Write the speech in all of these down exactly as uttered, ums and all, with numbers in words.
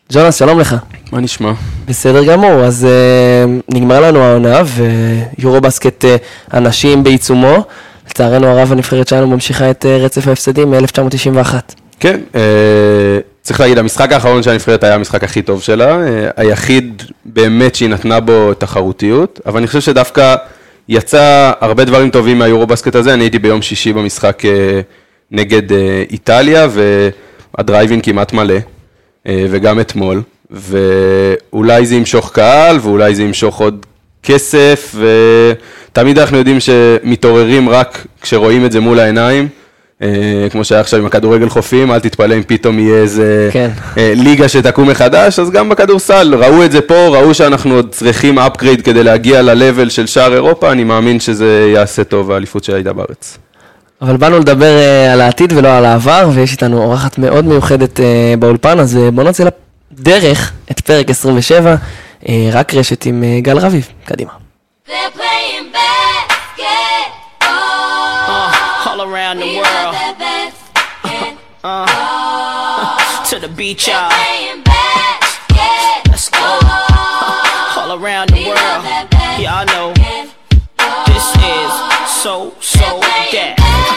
ג'ונס, שלום לך. מה נשמע? בסדר גמור, אז uh, נגמר לנו העונה, ויורובסקט uh, אנשים בעיצומו. לצערנו הרב הנבחרת שלנו ממשיכה את uh, רצף ההפסדים מ-אלף תשע מאות תשעים ואחת. כן, uh, צריך להגיד, המשחק האחרון של הנבחרת היה המשחק הכי טוב שלה, uh, היחיד באמת שהיא נתנה בו תחרותיות, אבל אני חושב שדווקא יצא הרבה דברים טובים מהיורובסקט הזה, אני הייתי ביום שישי במשחק uh, נגד uh, איטליה, והדרייבין כמעט מלא. וגם אתמול, ואולי זה ימשוך קהל, ואולי זה ימשוך עוד כסף, ותמיד אנחנו יודעים שמתעוררים רק כשרואים את זה מול העיניים, כמו שהיה עכשיו עם הכדורגל חופים, אל תתפלא אם פתאום יהיה איזה כן. ליגה שתקום מחדש, אז גם בכדורסל, ראו את זה פה, ראו שאנחנו עוד צריכים אפגרייד כדי להגיע ל-level של שער אירופה, אני מאמין שזה יעשה טוב, האליפות שהייתה בארץ. אבל באנו לדבר uh, על העתיד ולא על העבר, ויש איתנו אורחת מאוד מיוחדת uh, באולפן, אז uh, בואו נוצא לדרך את פרק עשרים ושבע, uh, רק רשת עם uh, גל רביב. קדימה. They're playing basketball. Uh, all around the world. Uh, uh, to the beach, y'all. They're playing basketball. Let's go. Uh, all around the world. Y'all know. This is so, so that.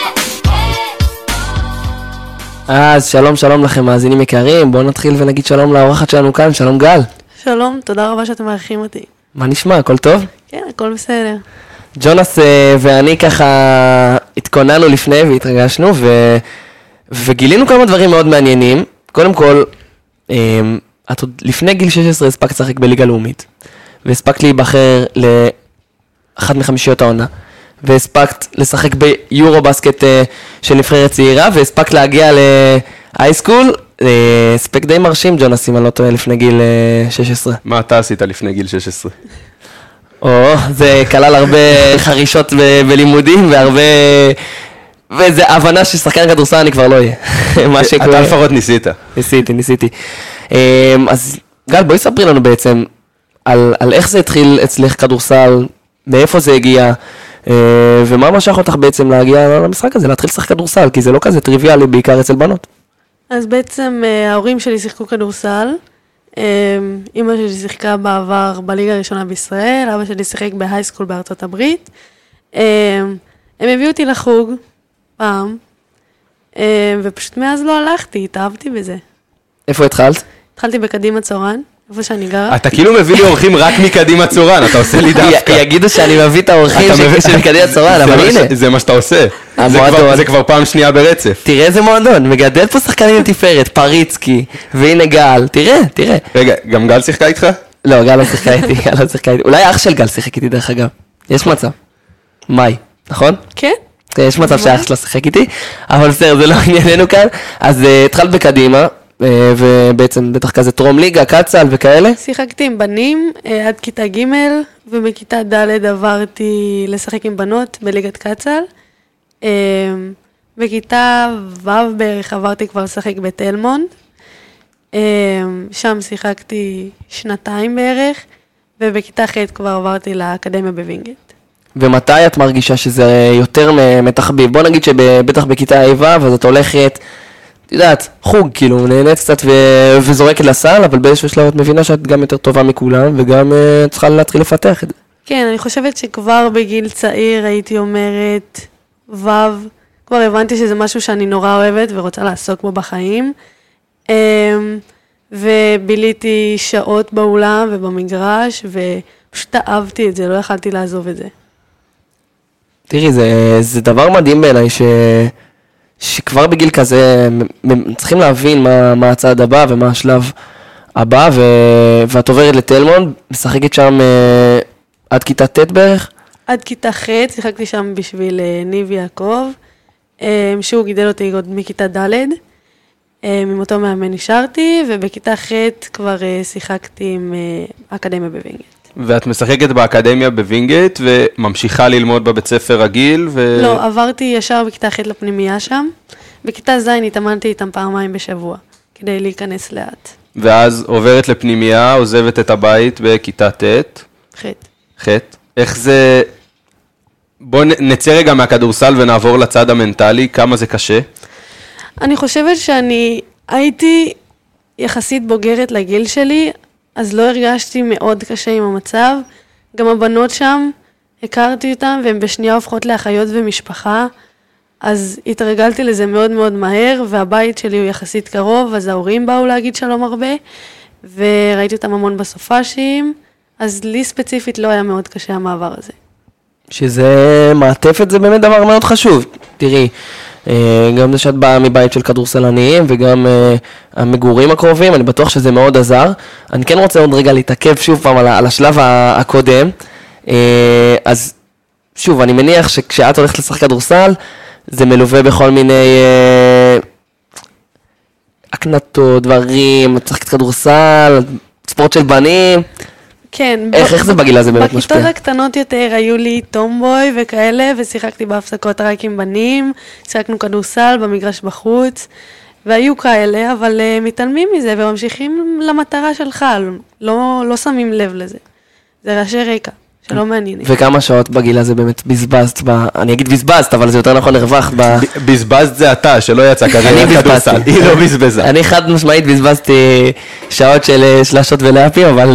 אז שלום שלום לכם מאזינים יקרים, בואו נתחיל ונגיד שלום לאורחת שלנו כאן, שלום גל. שלום, תודה רבה שאתם מארחים אותי. מה נשמע, הכל טוב? כן, הכל בסדר. ג'ונס ואני ככה התכוננו לפני והתרגשנו ו... וגילינו כמה דברים מאוד מעניינים. קודם כל, את עוד לפני גיל שש עשרה הספקת לשחק בליגה לאומית, והספקת להיבחר לאחת מחמישיות העונה. והספקת לשחק ביורובסקט של נבחרת צעירה, והספקת להגיע להייסקול, הספק די מרשים, ג'ונס, אם אני לא טועה, לפני גיל שש עשרה. מה אתה עשית לפני גיל שש עשרה? או, זה כלל הרבה חרישות ב- בלימודים, והרבה... וזה הבנה ששחקן כדורסל אני כבר לא אהיה. אתה לפחות ניסית. ניסיתי, ניסיתי. אז גל, בואי ספרי לנו בעצם על, על איך זה התחיל אצלך כדורסל, מאיפה זה הגיע, ומה משך אותך בעצם להגיע למשחק הזה, להתחיל לשחק כדורסל, כי זה לא כזה טריוויאלי, בעיקר אצל בנות. אז בעצם ההורים שלי שיחקו כדורסל, אמא שלי שיחקה בעבר בליגה הראשונה בישראל, אבא שלי שיחק בהייסקול בארצות הברית, הם הביאו אותי לחוג פעם, ופשוט מאז לא הלכתי, התאהבתי בזה. איפה התחלת? התחלתי בקדימה צורן, איפה שאני גרה. אתה כאילו מביא לי אורחים רק מקדימה צורן, אתה עושה לי דווקא. יגידו שאני מביא את האורחים של מקדימה צורן, אבל הנה. זה מה שאתה עושה. זה כבר פעם שנייה ברצף. תראה איזה מועדון, מגדל פה שחקנים עם תפארת, פריצקי, והנה גל, תראה, תראה. רגע, גם גל שיחקה איתך? לא, גל לא שיחקה איתי, גל לא שיחקה איתי. אולי אח של גל שיחק איתי דרך אגב. יש מצב. מאי, נכון? כן. יש מצב שאח שלה שיחק איתי, אבל בסדר, זה לא ענייננו כאן. אז התחלת בקדימה, ובעצם בטח כזה טרום ליגה, קצל וכאלה? שיחקתי עם בנים עד כיתה ג' ובכיתה ד' עברתי לשחק עם בנות בליגת קצל. בכיתה ו' בערך עברתי כבר לשחק בתלמונד. שם שיחקתי שנתיים בערך, ובכיתה ח' כבר עברתי לאקדמיה בווינגייט. ומתי את מרגישה שזה יותר מתחביב? בוא נגיד שבטח בכיתה ה' אז את הולכת... את יודעת, חוג, כאילו, נהנית קצת ו- וזורקת לסל, אבל באיזשהו שלב את מבינה שאת גם יותר טובה מכולם, וגם uh, צריכה להתחיל לפתח את זה. כן, אני חושבת שכבר בגיל צעיר הייתי אומרת, ו', כבר הבנתי שזה משהו שאני נורא אוהבת ורוצה לעסוק בו בחיים, um, וביליתי שעות באולם ובמגרש, ופשוט אהבתי את זה, לא יכלתי לעזוב את זה. תראי, זה, זה דבר מדהים בעיניי ש... שכבר בגיל כזה צריכים להבין מה, מה הצעד הבא ומה השלב הבא, ו, ואת עוברת לתלמונד, משחקת שם אה, עד כיתה ט' בערך? עד כיתה ח', שיחקתי שם בשביל אה, ניב יעקב, אה, שהוא גידל אותי עוד מכיתה ד', אה, עם אותו מאמן נשארתי, ובכיתה ח' כבר אה, שיחקתי עם אה, אקדמיה בווינגייט. ואת משחקת באקדמיה בווינגייט, וממשיכה ללמוד בבית ספר רגיל, ו... לא, עברתי ישר בכיתה ח' לפנימייה שם. בכיתה ז' התאמנתי איתם פעמיים בשבוע, כדי להיכנס לאט. ואז עוברת לפנימייה, עוזבת את הבית בכיתה ט'. ח'. ח'. איך זה... בואו נצא רגע מהכדורסל ונעבור לצד המנטלי, כמה זה קשה? אני חושבת שאני הייתי יחסית בוגרת לגיל שלי, אז לא הרגשתי מאוד קשה עם המצב. גם הבנות שם, הכרתי אותן, והן בשנייה הופכות לאחיות ומשפחה, אז התרגלתי לזה מאוד מאוד מהר, והבית שלי הוא יחסית קרוב, אז ההורים באו להגיד שלום הרבה, וראיתי אותם המון בסופאשים, אז לי ספציפית לא היה מאוד קשה המעבר הזה. שזה מעטפת, זה באמת דבר מאוד חשוב. תראי, גם זה שאת באה מבית של כדורסלניים, וגם המגורים הקרובים, אני בטוח שזה מאוד עזר. אני כן רוצה עוד רגע להתעכב שוב פעם על השלב הקודם. אז שוב, אני מניח שכשאת הולכת לשחק כדורסל, זה מלווה בכל מיני הקנטות, דברים, את שחקת כדורסל, ספורט של בנים. כן. איך, איך זה בגיל הזה באמת משפיע? בכיתות הקטנות יותר היו לי טומבוי וכאלה, ושיחקתי בהפסקות רק עם בנים, שיחקנו כדורסל במגרש בחוץ, והיו כאלה, אבל uh, מתעלמים מזה וממשיכים למטרה שלך, לא, לא שמים לב לזה. זה ראשי רקע, שלא מעניינים. וכמה שעות בגיל הזה באמת בזבזת, ב... אני אגיד בזבזת, אבל זה יותר נכון הרווחת ב... בזבזת זה אתה, שלא יצא כזה כדורסל, היא לא בזבזה. אני חד משמעית בזבזתי שעות של שלשות ולאפים, אבל...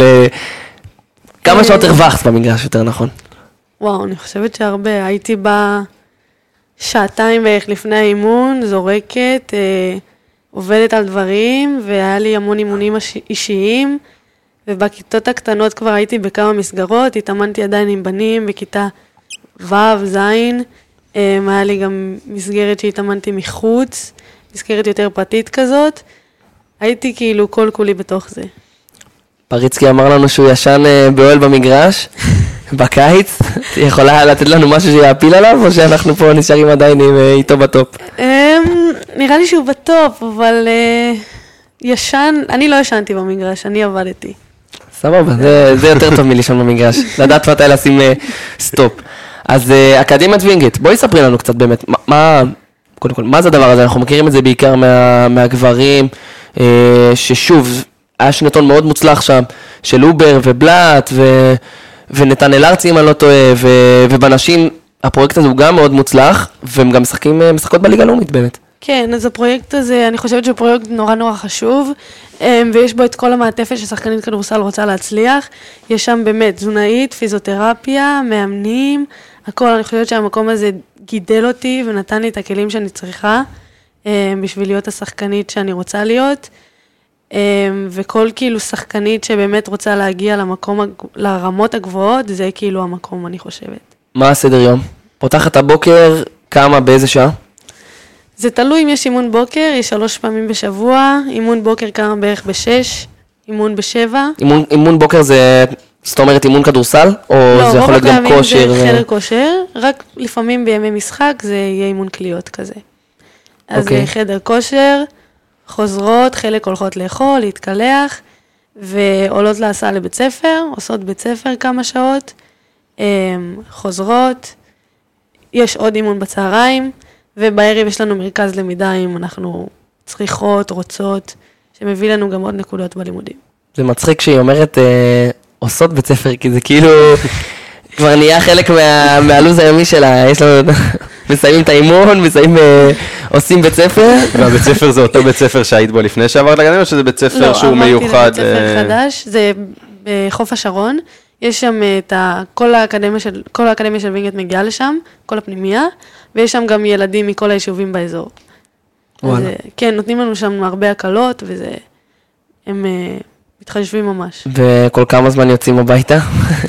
כמה שעות הרווחת במגרש יותר נכון? וואו, אני חושבת שהרבה. הייתי בה שעתיים בערך לפני האימון, זורקת, אה, עובדת על דברים, והיה לי המון אימונים אישיים, ובכיתות הקטנות כבר הייתי בכמה מסגרות, התאמנתי עדיין עם בנים בכיתה ו', ז', אה, היה לי גם מסגרת שהתאמנתי מחוץ, מסגרת יותר פרטית כזאת, הייתי כאילו כל כולי בתוך זה. פריצקי אמר לנו שהוא ישן באוהל במגרש, בקיץ. יכולה לתת לנו משהו שיעפיל עליו, או שאנחנו פה נשארים עדיין איתו בטופ? נראה לי שהוא בטופ, אבל ישן, אני לא ישנתי במגרש, אני עבדתי. סבבה, זה יותר טוב מלישון במגרש, לדעת מתי לשים סטופ. אז אקדמיית וינגייט, בואי ספרי לנו קצת באמת, מה, קודם כל, מה זה הדבר הזה? אנחנו מכירים את זה בעיקר מהגברים, ששוב, היה שנתון מאוד מוצלח שם, של אובר ובלט ו... ונתנאל ארצי, אם אני לא טועה, ו... ובנשים, הפרויקט הזה הוא גם מאוד מוצלח, והם גם משחקים, משחקות בליגה הלאומית באמת. כן, אז הפרויקט הזה, אני חושבת שהוא פרויקט נורא נורא חשוב, ויש בו את כל המעטפת ששחקנית כדורסל רוצה להצליח. יש שם באמת תזונאית, פיזיותרפיה, מאמנים, הכל. אני חושבת שהמקום הזה גידל אותי ונתן לי את הכלים שאני צריכה, בשביל להיות השחקנית שאני רוצה להיות. וכל כאילו שחקנית שבאמת רוצה להגיע למקום, לרמות הגבוהות, זה כאילו המקום, אני חושבת. מה הסדר יום? פותחת הבוקר, כמה, באיזה שעה? זה תלוי אם יש אימון בוקר, יש שלוש פעמים בשבוע, אימון בוקר כמה בערך בשש, אימון בשבע. אימון, אימון בוקר זה, זאת אומרת, אימון כדורסל? או לא, זה יכול להיות גם כושר? לא, רוב הפעמים זה חדר כושר, רק לפעמים בימי משחק זה יהיה אימון קליות כזה. אז okay. חדר כושר, חוזרות, חלק הולכות לאכול, להתקלח, ועולות להסעה לבית ספר, עושות בית ספר כמה שעות, חוזרות, יש עוד אימון בצהריים, ובערב יש לנו מרכז למידה אם אנחנו צריכות, רוצות, שמביא לנו גם עוד נקודות בלימודים. זה מצחיק שהיא אומרת, אה, עושות בית ספר, כי זה כאילו כבר נהיה חלק מה, מהלוז היומי שלה, יש לנו, מסיימים את האימון, מסיימים, אה, עושים בית ספר. והבית ספר זה אותו בית ספר שהיית בו לפני שעברת לגנים, או שזה בית ספר שהוא מיוחד? לא, עברתי לבית ספר חדש, זה בחוף השרון, יש שם את ה, כל האקדמיה של, כל האקדמיה של וינגייט מגיעה לשם, כל הפנימיה, ויש שם גם ילדים מכל היישובים באזור. אז, כן, נותנים לנו שם הרבה הקלות, וזה, הם מתחשבים ממש. וכל כמה זמן יוצאים הביתה?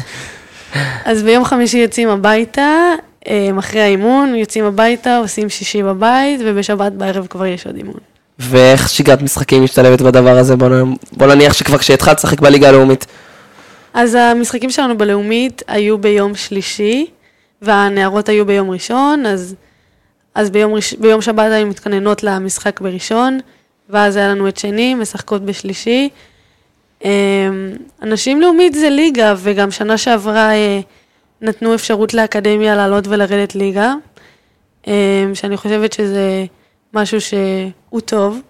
אז ביום חמישי יוצאים הביתה, אחרי האימון, יוצאים הביתה, עושים שישי בבית, ובשבת בערב כבר יש עוד אימון. ואיך שיגת משחקים משתלבת בדבר הזה? בוא, בוא נניח שכבר כשהתחלת לשחק בליגה הלאומית. אז המשחקים שלנו בלאומית היו ביום שלישי, והנערות היו ביום ראשון, אז, אז ביום, ראש, ביום שבת היו מתכננות למשחק בראשון, ואז היה לנו את שני, משחקות בשלישי. אנשים לאומית זה ליגה, וגם שנה שעברה נתנו אפשרות לאקדמיה לעלות ולרדת ליגה, שאני חושבת שזה משהו שהוא טוב,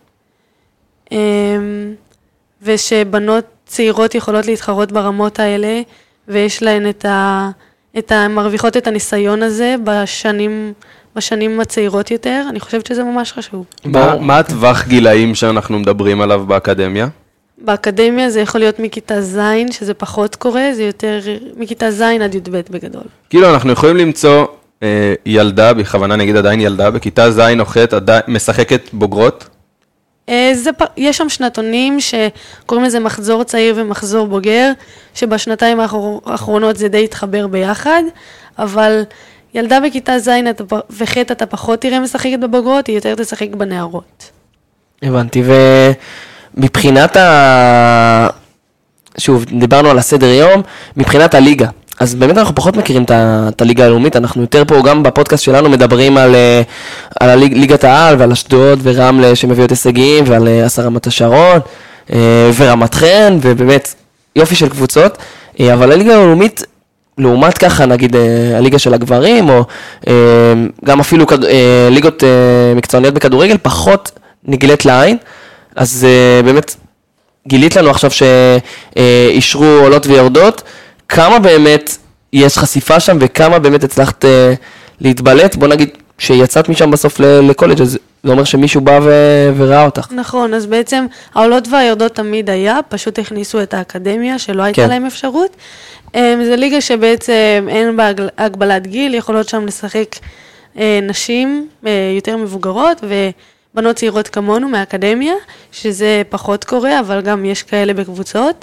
ושבנות צעירות יכולות להתחרות ברמות האלה, ויש להן את ה... את ה... מרוויחות את הניסיון הזה בשנים, בשנים הצעירות יותר, אני חושבת שזה ממש חשוב. מה, מה הטווח גילאים שאנחנו מדברים עליו באקדמיה? באקדמיה זה יכול להיות מכיתה ז', שזה פחות קורה, זה יותר מכיתה ז' עד י"ב בגדול. כאילו אנחנו יכולים למצוא אה, ילדה, בכוונה נגיד עדיין ילדה, בכיתה ז' או ח' עדיין משחקת בוגרות? אה, זה, יש שם שנתונים שקוראים לזה מחזור צעיר ומחזור בוגר, שבשנתיים האחר, האחרונות זה די התחבר ביחד, אבל ילדה בכיתה ז' וח' אתה פחות תראה משחקת בבוגרות, היא יותר תשחק בנערות. הבנתי, ומבחינת ה... שוב, דיברנו על הסדר יום, מבחינת הליגה. אז באמת אנחנו פחות מכירים את הליגה הלאומית, אנחנו יותר פה גם בפודקאסט שלנו מדברים על, על ליגת העל ועל אשדוד ורמלה שמביאות הישגים ועל עשר רמת השרון ורמת חן ובאמת יופי של קבוצות, אבל הליגה הלאומית לעומת ככה נגיד הליגה של הגברים או גם אפילו ליגות מקצועניות בכדורגל פחות נגלית לעין, אז באמת גילית לנו עכשיו שאישרו עולות ויורדות, כמה באמת יש חשיפה שם וכמה באמת הצלחת uh, להתבלט, בוא נגיד שיצאת משם בסוף לקולג', אז זה אומר שמישהו בא ו- וראה אותך. נכון, אז בעצם העולות והיורדות תמיד היה, פשוט הכניסו את האקדמיה שלא הייתה כן. להם אפשרות. Um, זה ליגה שבעצם אין בה הגבלת גיל, יכולות שם לשחק uh, נשים uh, יותר מבוגרות ובנות צעירות כמונו מהאקדמיה, שזה פחות קורה, אבל גם יש כאלה בקבוצות.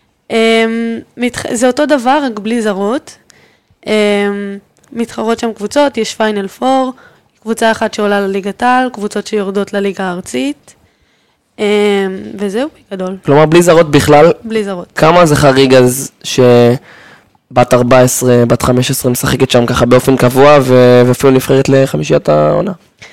זה אותו דבר, רק בלי זרות. מתחרות שם קבוצות, יש פיינל פור, קבוצה אחת שעולה לליגת העל, קבוצות שיורדות לליגה הארצית, וזהו בגדול. כלומר, בלי זרות בכלל? בלי זרות. כמה זה חריג אז שבת ארבע עשרה, בת חמש עשרה משחקת שם ככה באופן קבוע, ואפילו נבחרת לחמישיית העונה?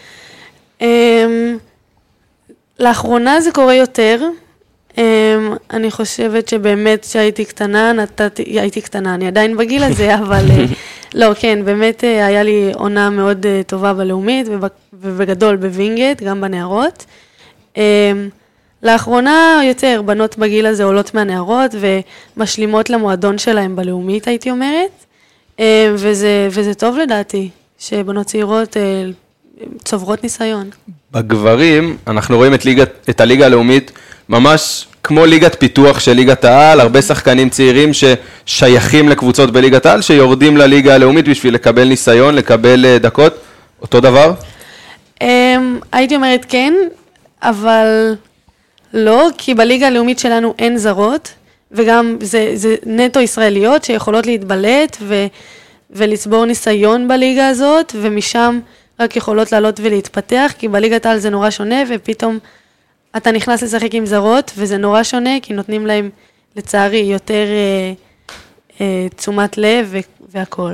לאחרונה זה קורה יותר, Um, אני חושבת שבאמת שהייתי קטנה, נתתי, הייתי קטנה, אני עדיין בגיל הזה, אבל uh, לא, כן, באמת uh, היה לי עונה מאוד uh, טובה בלאומית, ובגדול בווינגט, גם בנערות. Um, לאחרונה יותר בנות בגיל הזה עולות מהנערות, ומשלימות למועדון שלהם בלאומית, הייתי אומרת, um, וזה, וזה טוב לדעתי, שבנות צעירות uh, צוברות ניסיון. בגברים, אנחנו רואים את, ליגה, את הליגה הלאומית, ממש כמו ליגת פיתוח של ליגת העל, הרבה שחקנים צעירים ששייכים לקבוצות בליגת העל, שיורדים לליגה הלאומית בשביל לקבל ניסיון, לקבל דקות, אותו דבר? הייתי אומרת כן, אבל לא, כי בליגה הלאומית שלנו אין זרות, וגם זה, זה נטו ישראליות שיכולות להתבלט ו, ולצבור ניסיון בליגה הזאת, ומשם רק יכולות לעלות ולהתפתח, כי בליגת העל זה נורא שונה, ופתאום אתה נכנס לשחק עם זרות, וזה נורא שונה, כי נותנים להם, לצערי, יותר אה, אה, תשומת לב והכל.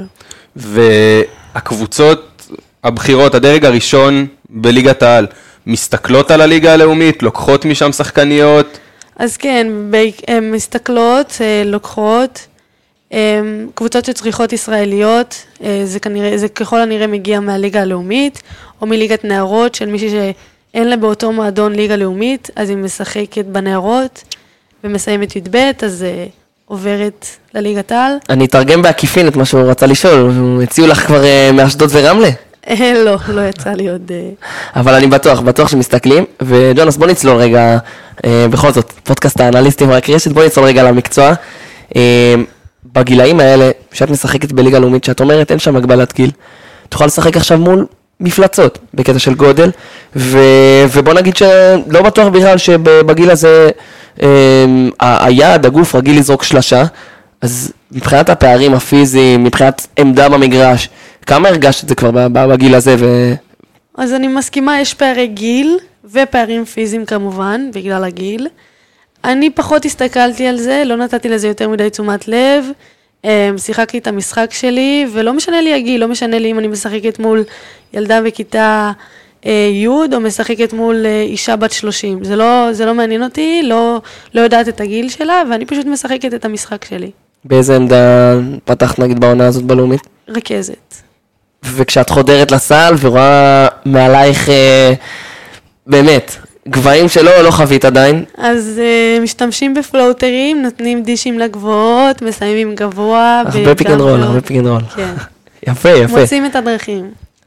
והקבוצות הבחירות, הדרג הראשון בליגת העל, מסתכלות על הליגה הלאומית, לוקחות משם שחקניות? אז כן, הן מסתכלות, לוקחות, קבוצות שצריכות ישראליות, זה כנראה, זה ככל הנראה מגיע מהליגה הלאומית, או מליגת נערות של מישהי שאין לה באותו מועדון ליגה לאומית, אז היא משחקת בנערות, ומסיימת י"ב, אז עוברת לליגת העל. אני אתרגם בעקיפין את מה שהוא רצה לשאול, הציעו לך כבר מאשדוד ורמלה? לא, לא יצא לי עוד... אבל אני בטוח, בטוח שמסתכלים, וג'ונס בוא נצלול רגע, בכל זאת, פודקאסט האנליסטים רק רשת, בוא נצלול רגע למקצוע. בגילאים האלה, שאת משחקת בליגה לאומית, שאת אומרת, אין שם הגבלת גיל, תוכל לשחק עכשיו מול מפלצות, בקטע של גודל, ו... ובוא נגיד שלא בטוח בכלל שבגיל הזה, היד, הגוף רגיל לזרוק שלשה, אז מבחינת הפערים הפיזיים, מבחינת עמדה במגרש, כמה הרגשת את זה כבר בגיל הזה? ו... אז אני מסכימה, יש פערי גיל ופערים פיזיים כמובן, בגלל הגיל. אני פחות הסתכלתי על זה, לא נתתי לזה יותר מדי תשומת לב, שיחקתי את המשחק שלי, ולא משנה לי הגיל, לא משנה לי אם אני משחקת מול ילדה בכיתה י' או משחקת מול אישה בת שלושים. זה לא, זה לא מעניין אותי, לא, לא יודעת את הגיל שלה, ואני פשוט משחקת את המשחק שלי. באיזה עמדה פתחת נגיד בעונה הזאת בלאומית? רכזת. וכשאת חודרת לסל ורואה מעלייך אה, באמת גבהים שלא לא חווית עדיין? אז אה, משתמשים בפלוטרים, נותנים דישים לגבוהות, מסיימים גבוה. הרבה פיק אנד רול, הרבה פיק אנד רול. כן. יפה, יפה. מוצאים את הדרכים.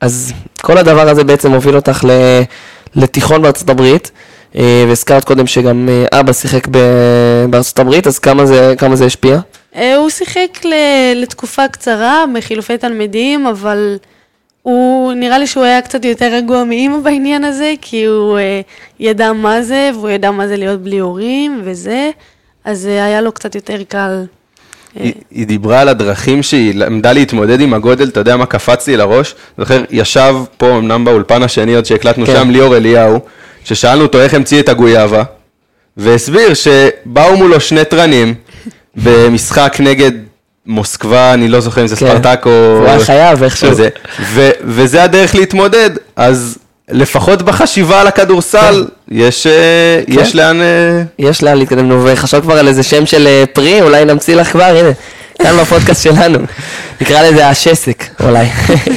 אז כל הדבר הזה בעצם הוביל אותך לתיכון בארצות הברית, והזכרת קודם שגם אבא שיחק בארצות הברית, אז כמה זה, כמה זה השפיע? הוא שיחק לתקופה קצרה, בחילופי תלמידים, אבל הוא, נראה לי שהוא היה קצת יותר רגוע מאמא בעניין הזה, כי הוא ידע מה זה, והוא ידע מה זה להיות בלי הורים וזה, אז היה לו קצת יותר קל. היא, היא דיברה על הדרכים שהיא למדה להתמודד עם הגודל, אתה יודע מה קפץ לי לראש? זוכר, ישב פה אמנם באולפן השני עוד שהקלטנו כן. שם ליאור אליהו, ששאלנו אותו איך המציא את הגויאבה, והסביר שבאו מולו שני טרנים במשחק נגד מוסקבה, אני לא זוכר אם זה כן. ספרטק או... הוא היה חייב איכשהו. ו- וזה הדרך להתמודד, אז לפחות בחשיבה על הכדורסל, כן. יש, כן. יש לאן... יש לאן להתקדם, וחשוב כבר על איזה שם של פרי, אולי נמציא לך כבר, הנה, כאן בפודקאסט שלנו. נקרא לזה השסק, אולי.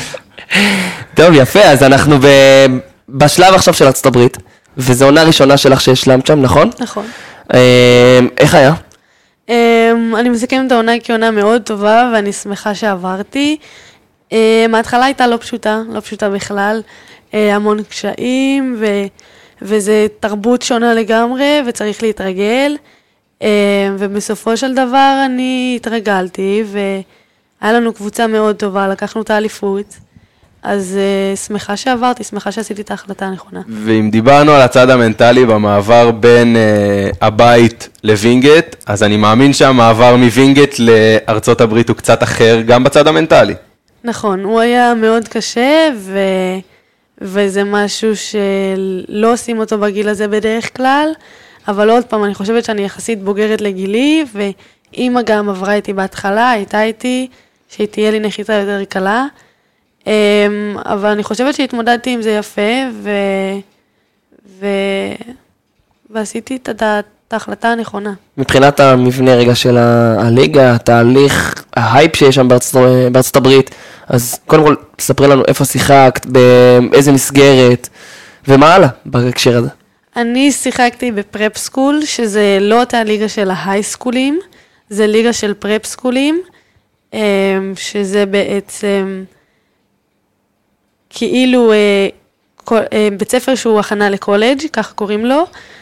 טוב, יפה, אז אנחנו ב... בשלב עכשיו של ארצות הברית, וזו עונה ראשונה שלך שהשלמת שם, נכון? נכון. איך היה? אני מסכם את העונה כעונה מאוד טובה, ואני שמחה שעברתי. מההתחלה הייתה לא פשוטה, לא פשוטה בכלל, המון קשיים, ו... וזה תרבות שונה לגמרי, וצריך להתרגל, ובסופו של דבר אני התרגלתי, והיה לנו קבוצה מאוד טובה, לקחנו את האליפות, אז uh, שמחה שעברתי, שמחה שעשיתי את ההחלטה הנכונה. ואם דיברנו על הצד המנטלי במעבר בין uh, הבית לווינגט, אז אני מאמין שהמעבר מווינגט לארצות הברית הוא קצת אחר, גם בצד המנטלי. נכון, הוא היה מאוד קשה, ו... וזה משהו שלא עושים אותו בגיל הזה בדרך כלל, אבל עוד פעם, אני חושבת שאני יחסית בוגרת לגילי, ואמא גם עברה איתי בהתחלה, הייתה איתי, שתהיה לי נחיתה יותר קלה, אבל אני חושבת שהתמודדתי עם זה יפה, ו... ו... ועשיתי את, את ההחלטה הנכונה. מבחינת המבנה רגע של הליגה, התהליך, ההייפ שיש שם בארצות, בארצות הברית, אז קודם כל תספרי לנו איפה שיחקת, באיזה מסגרת, ומה הלאה בהקשר הזה. אני שיחקתי בפרפ סקול, שזה לא אותה ליגה של ההיי סקולים, זה ליגה של פרפ סקולים, שזה בעצם כאילו בית ספר שהוא הכנה לקולג', ככה קוראים לו,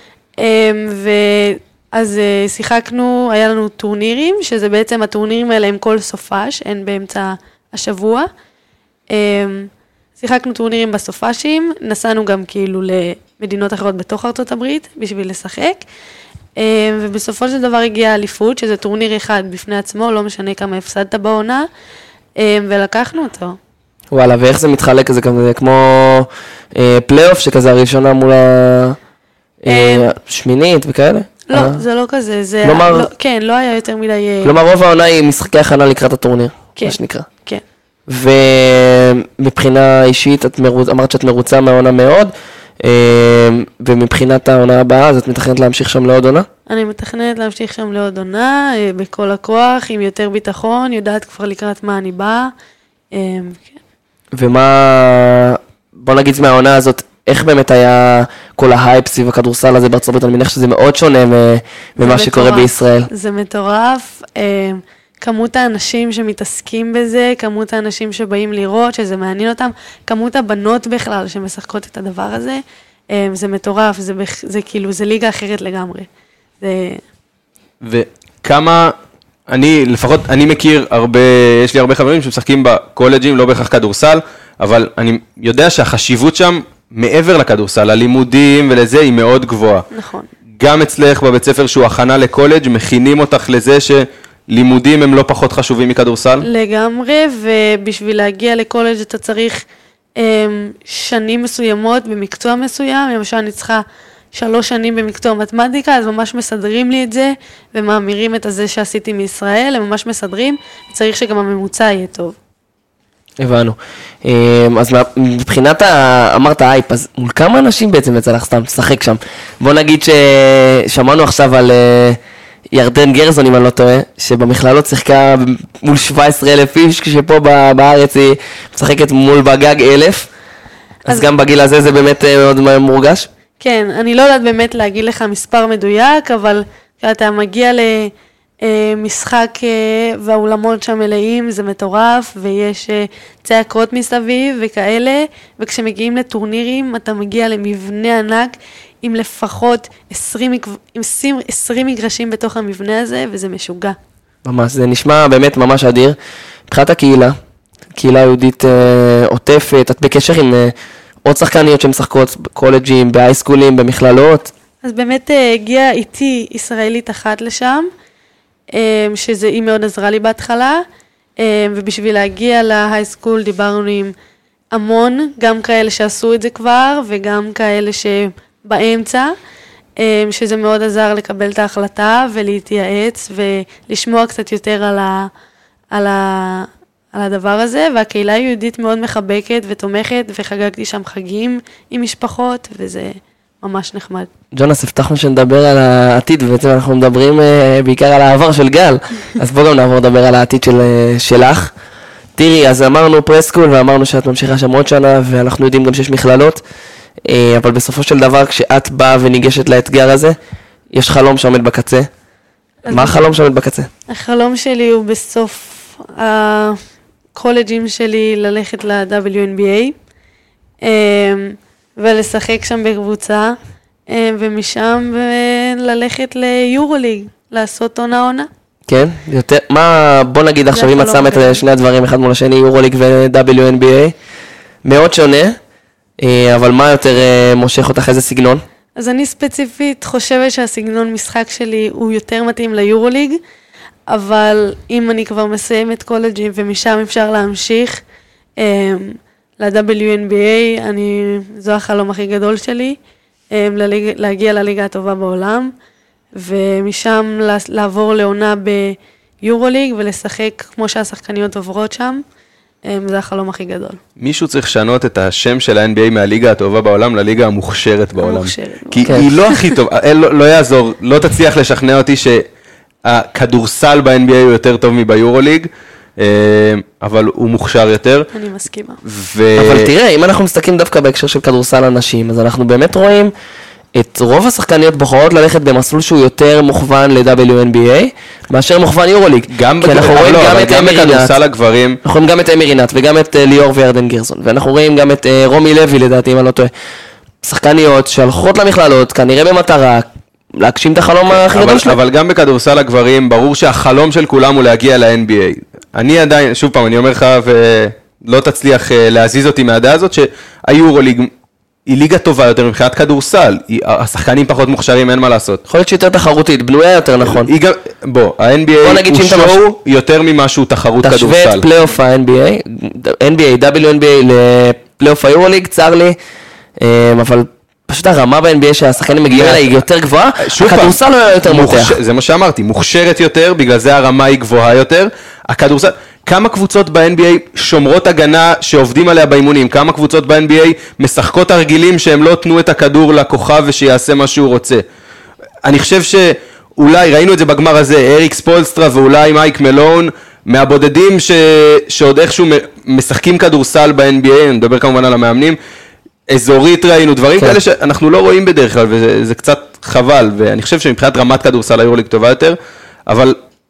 ואז שיחקנו, היה לנו טורנירים, שזה בעצם הטורנירים האלה הם כל סופש, אין באמצע השבוע. שיחקנו טורנירים בסופשים, נסענו גם כאילו למדינות אחרות בתוך ארצות הברית, בשביל לשחק, ובסופו של דבר הגיעה האליפות, שזה טורניר אחד בפני עצמו, לא משנה כמה הפסדת בעונה, ולקחנו אותו. וואלה, ואיך זה מתחלק? זה כמו פלייאוף שכזה הראשונה מול השמינית וכאלה? לא, זה לא כזה, כן, לא היה יותר מדי... כלומר, רוב העונה היא משחקי הכנה לקראת הטורניר, מה שנקרא. כן. ומבחינה אישית, אמרת שאת מרוצה מהעונה מאוד, ומבחינת העונה הבאה, אז את מתכנת להמשיך שם לעוד עונה? אני מתכנת להמשיך שם לעוד עונה, בכל הכוח, עם יותר ביטחון, יודעת כבר לקראת מה אני באה. ומה, בוא נגיד מהעונה הזאת, איך באמת היה כל ההייפ סביב הכדורסל הזה בארצות הברית? אני מניח שזה מאוד שונה ממה שקורה בישראל. זה מטורף. כמות האנשים שמתעסקים בזה, כמות האנשים שבאים לראות, שזה מעניין אותם, כמות הבנות בכלל שמשחקות את הדבר הזה, זה מטורף, זה, זה כאילו, זה ליגה אחרת לגמרי. זה... וכמה, אני, לפחות, אני מכיר הרבה, יש לי הרבה חברים שמשחקים בקולג'ים, לא בהכרח כדורסל, אבל אני יודע שהחשיבות שם, מעבר לכדורסל, הלימודים ולזה, היא מאוד גבוהה. נכון. גם אצלך בבית ספר שהוא הכנה לקולג', מכינים אותך לזה ש... לימודים הם לא פחות חשובים מכדורסל? לגמרי, ובשביל להגיע לקולג' אתה צריך um, שנים מסוימות במקצוע מסוים, למשל אני צריכה שלוש שנים במקצוע מתמטיקה, אז ממש מסדרים לי את זה, ומאמירים את זה שעשיתי מישראל, הם ממש מסדרים, צריך שגם הממוצע יהיה טוב. הבנו. אז מבחינת, אמרת אייפ, אז מול כמה אנשים בעצם יצא לך סתם לשחק שם? בוא נגיד ששמענו עכשיו על... ירדן גרזון, אם אני לא טועה, שבמכללות שיחקה מול שבעה עשר אלף איש, כשפה בארץ היא משחקת מול בגג אלף, אז גם בגיל הזה זה באמת מאוד מורגש? כן, אני לא יודעת באמת להגיד לך מספר מדויק, אבל כשאתה מגיע משחק והאולמות שם מלאים, זה מטורף, ויש צעקות מסביב וכאלה, וכשמגיעים לטורנירים, אתה מגיע למבנה ענק, עם לפחות עשרים, עשרים מגרשים בתוך המבנה הזה, וזה משוגע. ממש, זה נשמע באמת ממש אדיר. מבחינת הקהילה, קהילה יהודית אה, עוטפת, את בקשר עם אה, עוד שחקניות שמשחקות בקולג'ים, בהייסקולים, במכללות? אז באמת אה, הגיעה איתי ישראלית אחת לשם, אה, שזה היא מאוד עזרה לי בהתחלה, אה, ובשביל להגיע להייסקול דיברנו עם המון, גם כאלה שעשו את זה כבר, וגם כאלה שבאמצע, שזה מאוד עזר לקבל את ההחלטה ולהתייעץ ולשמוע קצת יותר על, ה, על, ה, על הדבר הזה, והקהילה היהודית מאוד מחבקת ותומכת, וחגגתי שם חגים עם משפחות, וזה ממש נחמד. ג'ונס, הבטחנו שנדבר על העתיד, ובעצם אנחנו מדברים בעיקר על העבר של גל, אז בוא גם נעבור לדבר על העתיד של, שלך. תראי, אז אמרנו פרסקול, ואמרנו שאת ממשיכה שם עוד שנה, ואנחנו יודעים גם שיש מכללות, אבל בסופו של דבר, כשאת באה וניגשת לאתגר הזה, יש חלום שעומד בקצה. מה החלום שעומד בקצה? החלום שלי הוא בסוף הקולג'ים שלי ללכת ל-דאבליו אן בי איי, ולשחק שם בקבוצה, ומשם ללכת ליורוליג, לעשות עונה עונה. כן, יותר, מה, בוא נגיד עכשיו, אם את שם את שני הדברים אחד מול השני, יורוליג ו-דאבליו אן בי איי, מאוד שונה, אבל מה יותר מושך אותך, איזה סגנון? אז אני ספציפית חושבת שהסגנון משחק שלי הוא יותר מתאים ליורוליג, אבל אם אני כבר מסיימת קולג'ים ומשם אפשר להמשיך ל-דאבליו אן בי איי, אני, זו החלום הכי גדול שלי, להגיע לליגה הטובה בעולם, ומשם לעבור לעונה ביורוליג ולשחק כמו שהשחקניות עוברות שם, זה החלום הכי גדול. מישהו צריך לשנות את השם של ה-אן בי איי מהליגה הטובה בעולם לליגה המוכשרת בעולם. המוכשרת. כי היא לא הכי טוב, לא יעזור, לא תצליח לשכנע אותי שהכדורסל ב-אן בי איי הוא יותר טוב מביורוליג, אבל הוא מוכשר יותר. אני מסכימה. אבל תראה, אם אנחנו מסתכלים דווקא בהקשר של כדורסל אנשים, אז אנחנו באמת רואים את רוב השחקניות בוחרות ללכת במסלול שהוא יותר מוכוון ל-דאבליו אן בי איי, מאשר מוכוון יורוליג. גם בכדורסל הגברים. אנחנו רואים גם את אמי רינת, וגם את ליאור וירדן גרזון, ואנחנו רואים גם את רומי לוי, לדעתי, אם אני לא טועה. שחקניות שהלכות למכללות, כנראה במטרה, להגשים את החלום הכי גדול שלהם. אבל גם בכדורסל הגברים, ברור שהחלום של כולם הוא להגיע ל-אן בי איי. אני עדיין, שוב פעם, אני אומר לך, ולא תצליח להזיז אותי מהדעה הזאת, שהיורוליג היא ליגה טובה יותר מבחינת כדורסל, השחקנים פחות מוכשרים, אין מה לעשות. יכול להיות שיותר תחרותית, בנויה יותר, נכון. בוא, ה-אן בי איי הוא שואו יותר משהו תחרות כדורסל. תשווה את פלייאוף ה-אן בי איי, אן בי איי, דאבליו אן בי איי לפלייאוף היורוליג, צר לי, אבל פשוט הרמה ב-אן בי איי שהשחקנים מגיעים אליה היא יותר גבוהה, הכדורסל הוא יותר מותח. זה מה שאמרתי, מוכשרת יותר, בגלל זה הרמה היא גבוהה יותר, הכדורסל... כמה קבוצות ב-אן בי איי שומרות הגנה שעובדים עליה באימונים? כמה קבוצות ב-אן בי איי משחקות הרגילים שהם לא תנו את הכדור לכוכב ושיעשה מה שהוא רוצה? אני חושב שאולי, ראינו את זה בגמר הזה, אריק ספולסטרה ואולי מייק מלון, מהבודדים ש... שעוד איכשהו משחקים כדורסל ב-אן בי איי, אני מדבר כמובן על המאמנים, אזורית ראינו, דברים כן. כאלה שאנחנו לא רואים בדרך כלל, וזה קצת חבל, ואני חושב שמבחינת רמת כדורסל היורוליג טובה יותר, אבל...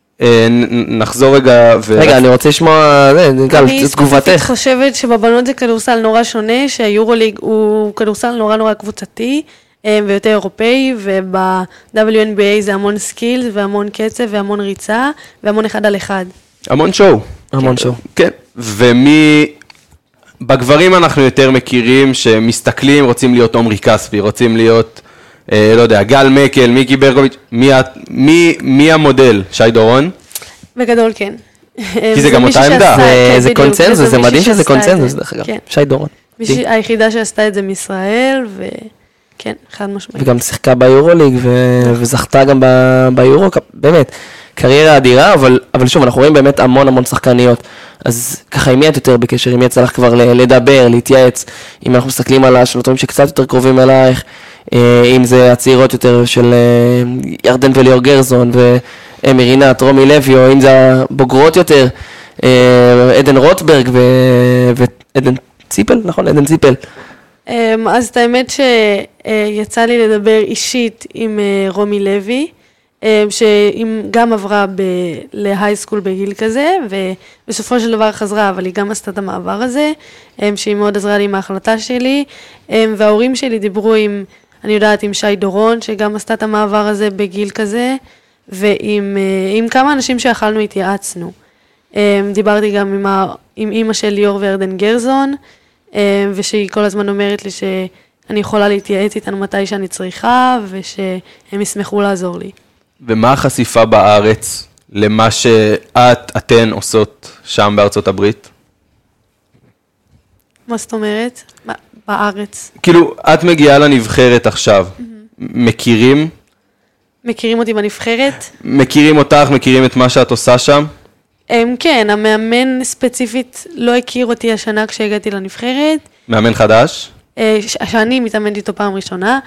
נחזור רגע ו... רגע, אני רוצה לשמוע, אני ספציפית חושבת שבבנות זה כדורסל נורא שונה, שהיורוליג הוא כדורסל נורא נורא קבוצתי ויותר אירופאי, וב-דאבליו אן בי איי זה המון סקילס והמון קצב והמון ריצה והמון אחד על אחד. המון שואו. המון שואו. כן, ומי... בגברים אנחנו יותר מכירים שמסתכלים, רוצים להיות עומרי כספי, רוצים להיות... לא יודע, גל מקל, מיקי ברקוביץ', מי, מי המודל? שי דורון? בגדול כן. כי זה גם אותה עמדה. זה קונצנזוס, זה מדהים שזה קונצנזוס, דרך אגב. שי דורון. היחידה שעשתה את זה מישראל, וכן, חד משמעית. וגם שיחקה ביורוליג, וזכתה גם ביורו, באמת, קריירה אדירה, אבל שוב, אנחנו רואים באמת המון המון שחקניות, אז ככה, אם את יותר בקשר, אם יצא לך כבר לדבר, להתייעץ, אם אנחנו מסתכלים על השלטונים שקצת יותר קרובים אלייך, אם זה הצעירות יותר של ירדן וליאור גרזון ואמי רינת, רומי לוי, או אם זה הבוגרות יותר, עדן רוטברג ועדן ציפל, נכון? עדן ציפל. אז את האמת שיצא לי לדבר אישית עם רומי לוי, שהיא גם עברה להייסקול בגיל כזה, ובסופו של דבר חזרה, אבל היא גם עשתה את המעבר הזה, שהיא מאוד עזרה לי עם ההחלטה שלי, וההורים שלי דיברו עם, אני יודעת, עם שי דורון, שגם עשתה את המעבר הזה בגיל כזה, ועם עם כמה אנשים שאכלנו התייעצנו. דיברתי גם עם, ה, עם אמא של ליאור ורדן גרזון, ושהיא כל הזמן אומרת לי שאני יכולה להתייעץ איתנו מתי שאני צריכה, ושהם ישמחו לעזור לי. ומה החשיפה בארץ למה שאת, אתן עושות שם בארצות הברית? מה זאת אומרת? בארץ. כאילו, את מגיעה לנבחרת עכשיו, מכירים? מכירים אותי בנבחרת? מכירים אותך, מכירים את מה שאת עושה שם? כן, המאמן ספציפית לא הכיר אותי השנה כשהגעתי לנבחרת. מאמן חדש? שאני מתאמנת איתו פעם ראשונה,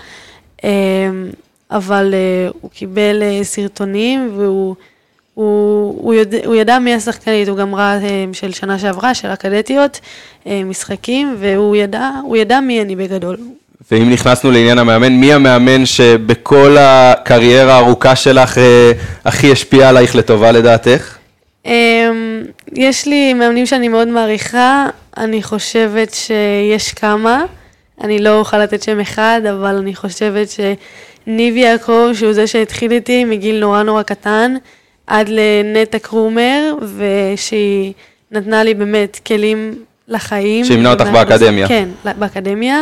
אבל הוא קיבל סרטונים והוא הוא, הוא יודע, הוא ידע מי השחקנית, הוא גם ראה של שנה שעברה, של הקדטיות, משחקים, והוא ידע, הוא ידע מי אני בגדול. ואם נכנסנו לעניין המאמן, מי המאמן שבכל הקריירה הארוכה שלך הכי השפיע עלייך לטובה לדעתך? יש לי מאמנים שאני מאוד מעריכה, אני חושבת שיש כמה, אני לא אוכל לתת שם אחד, אבל אני חושבת שניב יעקב, שהוא זה שהתחיל איתי מגיל נורא נורא קטן, עד לנטה קרומר, ושהיא נתנה לי באמת כלים לחיים. שהמנה אותך באקדמיה. כן, באקדמיה.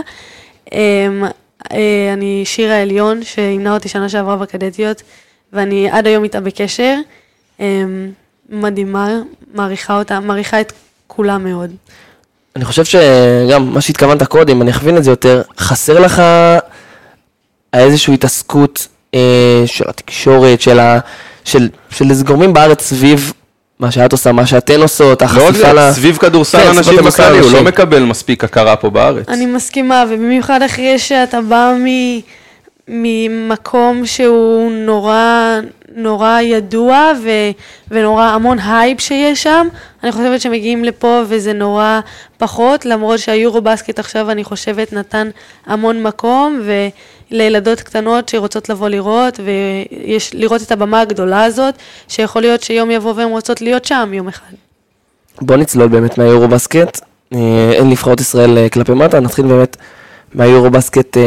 אני שירה עליון, שהמנה אותי שנה שעברה בקדטיות, ואני עד היום איתה בקשר. מדהימה, מעריכה אותה, מעריכה את כולה מאוד. אני חושב שגם מה שהתכוונת קודם, אני אכווין את זה יותר, חסר לך איזושהי התעסקות אה, של התקשורת, של, ה, של, של איזה גורמים בארץ סביב מה שאת עושה, מה שאתן עושות, החשיפה לה... סביב כדורסל כן, אנשים בכללי, הוא לא מקבל מספיק הכרה פה בארץ. אני מסכימה, ובמיוחד אחרי שאתה בא מ... ממקום שהוא נורא, נורא ידוע ו, ונורא המון הייפ שיש שם. אני חושבת שמגיעים לפה וזה נורא פחות, למרות שהיורובסקט עכשיו אני חושבת נתן המון מקום, ולילדות קטנות שרוצות לבוא לראות, ויש לראות את הבמה הגדולה הזאת, שיכול להיות שיום יבוא והן רוצות להיות שם יום אחד. בוא נצלול באמת מהיורובסקט, אין נבחרות ישראל כלפי מטה, נתחיל באמת מהיורובסקט,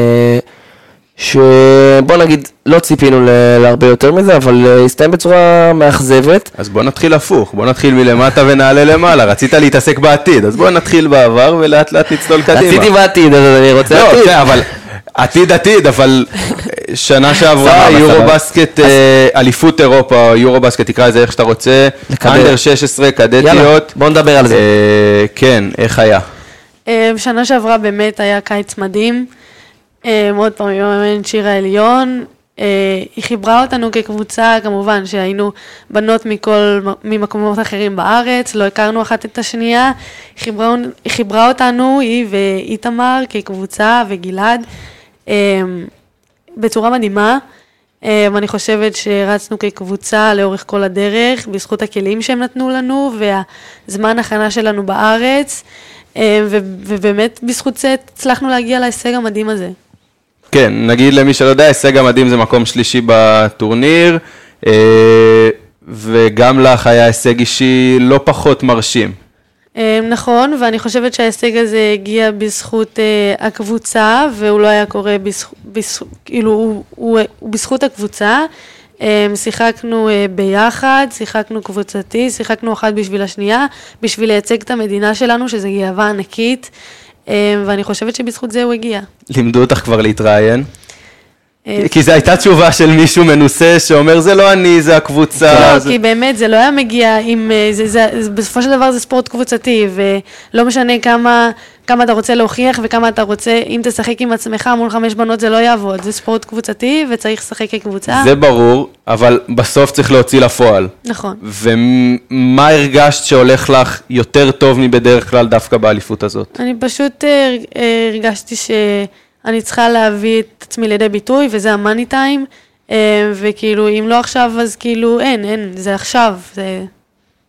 שבוא נגיד, לא ציפינו להרבה יותר מזה, אבל הסתיים בצורה מאכזבת. אז בוא נתחיל הפוך, בוא נתחיל מלמטה ונעלה למעלה. רצית להתעסק בעתיד, אז בוא נתחיל בעבר ולאט לאט נצלול קדימה. רציתי בעתיד, אז אני רוצה עתיד. לא, אבל עתיד עתיד, אבל שנה שעברה, יורובסקט, אליפות אירופה, יורובסקט, תקרא את זה איך שאתה רוצה, אנדר שש עשרה, קדטיות. בוא נדבר על זה. כן, איך היה? שנה שעברה באמת היה קיץ מדהים. עוד פעם, מאמן שירה עליון, היא חיברה אותנו כקבוצה, כמובן שהיינו בנות מכל, ממקומות אחרים בארץ, לא הכרנו אחת את השנייה, היא חיברה, היא חיברה אותנו, היא ואיתמר כקבוצה וגלעד, בצורה מדהימה, ואני חושבת שרצנו כקבוצה לאורך כל הדרך, בזכות הכלים שהם נתנו לנו, והזמן הכנה שלנו בארץ, ובאמת בזכות זה הצלחנו להגיע להישג המדהים הזה. כן, נגיד למי שלא יודע, הישג המדהים זה מקום שלישי בטורניר, וגם לך היה הישג אישי לא פחות מרשים. נכון, ואני חושבת שההישג הזה הגיע בזכות הקבוצה, והוא לא היה קורה בזכות, כאילו הוא, הוא, הוא בזכות הקבוצה. שיחקנו ביחד, שיחקנו קבוצתי, שיחקנו אחת בשביל השנייה, בשביל לייצג את המדינה שלנו, שזה גאווה ענקית, ואני חושבת שבזכות זה הוא הגיע. לימדו אותך כבר להתראיין? כי זו הייתה תשובה של מישהו מנוסה שאומר, זה לא אני, זה הקבוצה. לא, כי באמת זה לא היה מגיע עם, בסופו של דבר זה ספורט קבוצתי, ולא משנה כמה, כמה אתה רוצה להוכיח וכמה אתה רוצה, אם תשחק עם עצמך מול חמש בנות זה לא יעבוד, זה ספורט קבוצתי וצריך לשחק כקבוצה. זה ברור, אבל בסוף צריך להוציא לפועל. נכון. ומה הרגשת שהולך לך יותר טוב מבדרך כלל דווקא באליפות הזאת? אני פשוט הרגשתי ש... אני צריכה להביא את עצמי לידי ביטוי, וזה המאני טיים, וכאילו, אם לא עכשיו, אז כאילו, אין, אין, זה עכשיו, זה...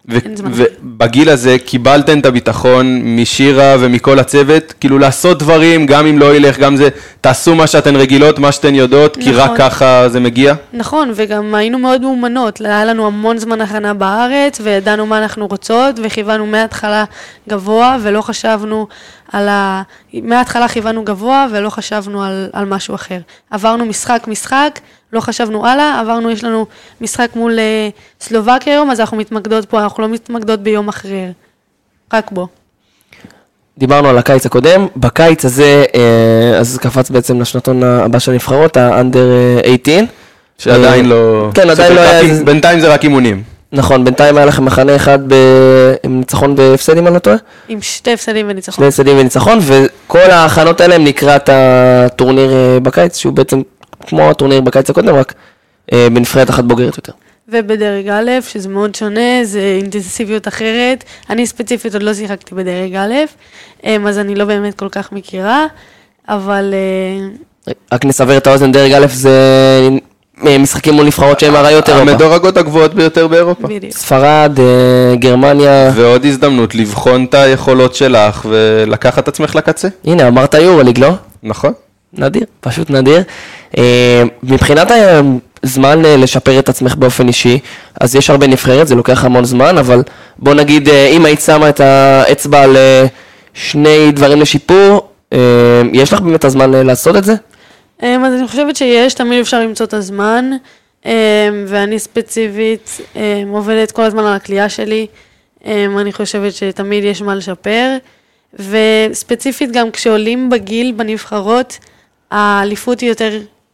אין זמן. ובגיל הזה קיבלתן את הביטחון משירה ומכל הצוות, כאילו לעשות דברים, גם אם לא ילך, גם זה, תעשו מה שאתן רגילות, מה שאתן יודעות, כי רק ככה זה מגיע. נכון, וגם היינו מאוד מאומנות, היה לנו המון זמן הכנה בארץ, וידענו מה אנחנו רוצות, וכיוונו מההתחלה גבוה, ולא חשבנו על ה... מההתחלה כיוונו גבוה, ולא חשבנו על, על משהו אחר. עברנו משחק, משחק, לא חשבנו הלאה, עברנו, יש לנו משחק מול סלובקיה היום, אז אנחנו מתמקדות פה, אנחנו לא מתמקדות ביום אחר, רק בו. דיברנו על הקיץ הקודם, בקיץ הזה, אז קפץ בעצם לשנתון הבא של הנבחרות, ה-Under שמונה עשרה. שעדיין לא... כן, עדיין לא היה... בינתיים זה רק אימונים. נכון, בינתיים היה לכם מחנה אחד עם ניצחון בהפסדים, אני לא טועה? עם שתי הפסדים וניצחון. שני הפסדים וניצחון, וכל ההכנות האלה הם לקראת הטורניר בקיץ, שהוא בעצם כמו הטורניר בקיץ הקודם, רק בנבחרת אחת בוגרת יותר. ובדרג א', שזה מאוד שונה, זה אינטנסיביות אחרת. אני ספציפית עוד לא שיחקתי בדרג א', אז אני לא באמת כל כך מכירה, אבל... רק נסבר את האוזן, דרג א' זה משחקים מול נבחרות שהן אריות אירופה. המדורגות הגבוהות ביותר באירופה. בדיוק. ספרד, גרמניה. ועוד הזדמנות לבחון את היכולות שלך ולקחת עצמך לקצה. הנה, אמרת יורוליג, לא? נכון. נדיר, פשוט נדיר. מבחינת הזמן לשפר את עצמך באופן אישי, אז יש הרבה נבחרת, זה לוקח המון זמן, אבל בוא נגיד, אם היית שמה את האצבע על שני דברים לשיפור, יש לך באמת הזמן לעשות את זה? אז אני חושבת שיש, תמיד אפשר למצוא את הזמן, ואני ספציפית עובדת כל הזמן על הקליעה שלי, אני חושבת שתמיד יש מה לשפר, וספציפית גם כשעולים בגיל בנבחרות, האליפות היא יותר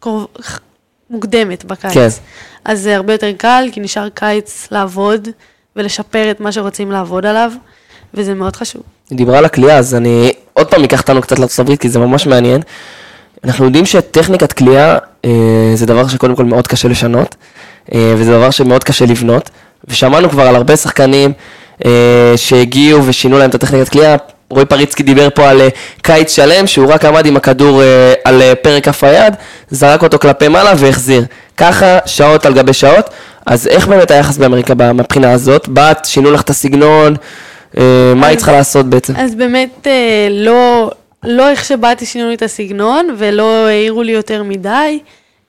מוקדמת בקיץ. כן. אז זה הרבה יותר קל, כי נשאר קיץ לעבוד ולשפר את מה שרוצים לעבוד עליו, וזה מאוד חשוב. דיברה על הקליעה, אז אני עוד פעם אקח אותנו קצת לארצות הברית, כי זה ממש מעניין. אנחנו יודעים שטכניקת קליעה אה, זה דבר שקודם כל מאוד קשה לשנות, אה, וזה דבר שמאוד קשה לבנות, ושמענו כבר על הרבה שחקנים אה, שהגיעו ושינו להם את הטכניקת קליעה. רוי פריצקי דיבר פה על קיץ שלם, שהוא רק עמד עם הכדור אה, על פרק כף היד, זרק אותו כלפי מעלה והחזיר. ככה שעות על גבי שעות. אז איך באמת היחס באמריקה מבחינה הזאת? בת, שינו לך את הסגנון, אה, מה היא צריכה לעשות בעצם? אז באמת אה, לא... לא איך שבאתי שינו לי את הסגנון, ולא העירו לי יותר מדי.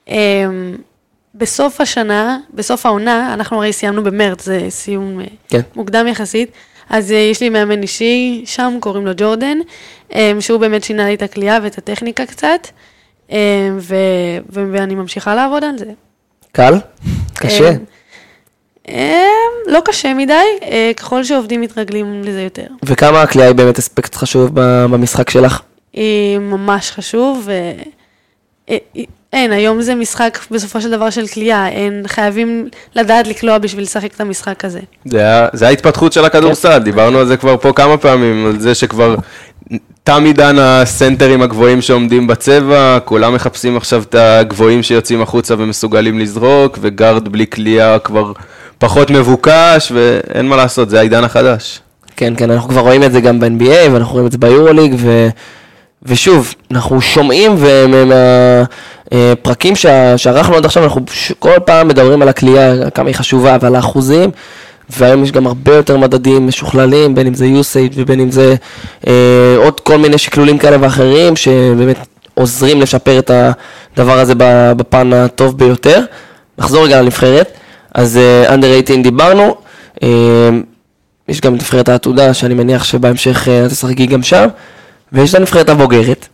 בסוף השנה, בסוף העונה, אנחנו הרי סיימנו במרץ, זה סיום כן. מוקדם יחסית, אז יש לי מאמן אישי שם, קוראים לו ג'ורדן, שהוא באמת שינה לי את הקליעה ואת הטכניקה קצת, ו- ואני ממשיכה לעבוד על זה. קל? קשה? לא קשה מדי, ככל שעובדים מתרגלים לזה יותר. וכמה הקליעה היא באמת אספקט חשוב במשחק שלך? היא ממש חשוב, ואין, היום זה משחק בסופו של דבר של קליעה, אין, חייבים לדעת לקלוע בשביל לשחק את המשחק הזה. זה ההתפתחות של הכדורסל, דיברנו על זה כבר פה כמה פעמים, על זה שכבר תם עידן הסנטרים הגבוהים שעומדים בצבע, כולם מחפשים עכשיו את הגבוהים שיוצאים החוצה ומסוגלים לזרוק, וגארד בלי קליעה כבר פחות מבוקש, ואין מה לעשות, זה העידן החדש. כן, כן, אנחנו כבר רואים את זה גם ב-אן בי איי, ואנחנו רואים את זה ביורוליג, ו... ושוב, אנחנו שומעים, ומהפרקים שערכנו עד עכשיו, אנחנו כל פעם מדברים על הקליעה, כמה היא חשובה, ועל האחוזים, והיום יש גם הרבה יותר מדדים משוכללים, בין אם זה usage, ובין אם זה אה, עוד כל מיני שקלולים כאלה ואחרים, שבאמת עוזרים לשפר את הדבר הזה בפן הטוב ביותר. נחזור רגע לנבחרת, אז אה, Under שמונה עשרה דיברנו, אה, יש גם נבחרת העתודה, שאני מניח שבהמשך אה, תשחקי גם שם, ויש את הנבחרת הבוגרת,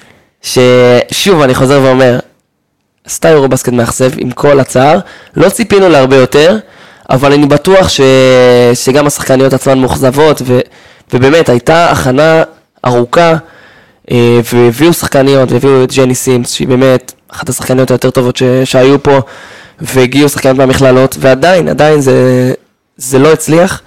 ששוב אני חוזר ואומר, עשתה יורובסקט מאכזב עם כל הצער, לא ציפינו להרבה יותר, אבל אני בטוח ש... שגם השחקניות עצמן מוחזבות, ו... ובאמת הייתה הכנה ארוכה, והביאו שחקניות, והביאו את ג'ני סימס, שהיא באמת אחת השחקניות היותר טובות ש... שהיו פה, והגיעו שחקניות מהמכללות, ועדיין, עדיין זה, זה לא הצליח.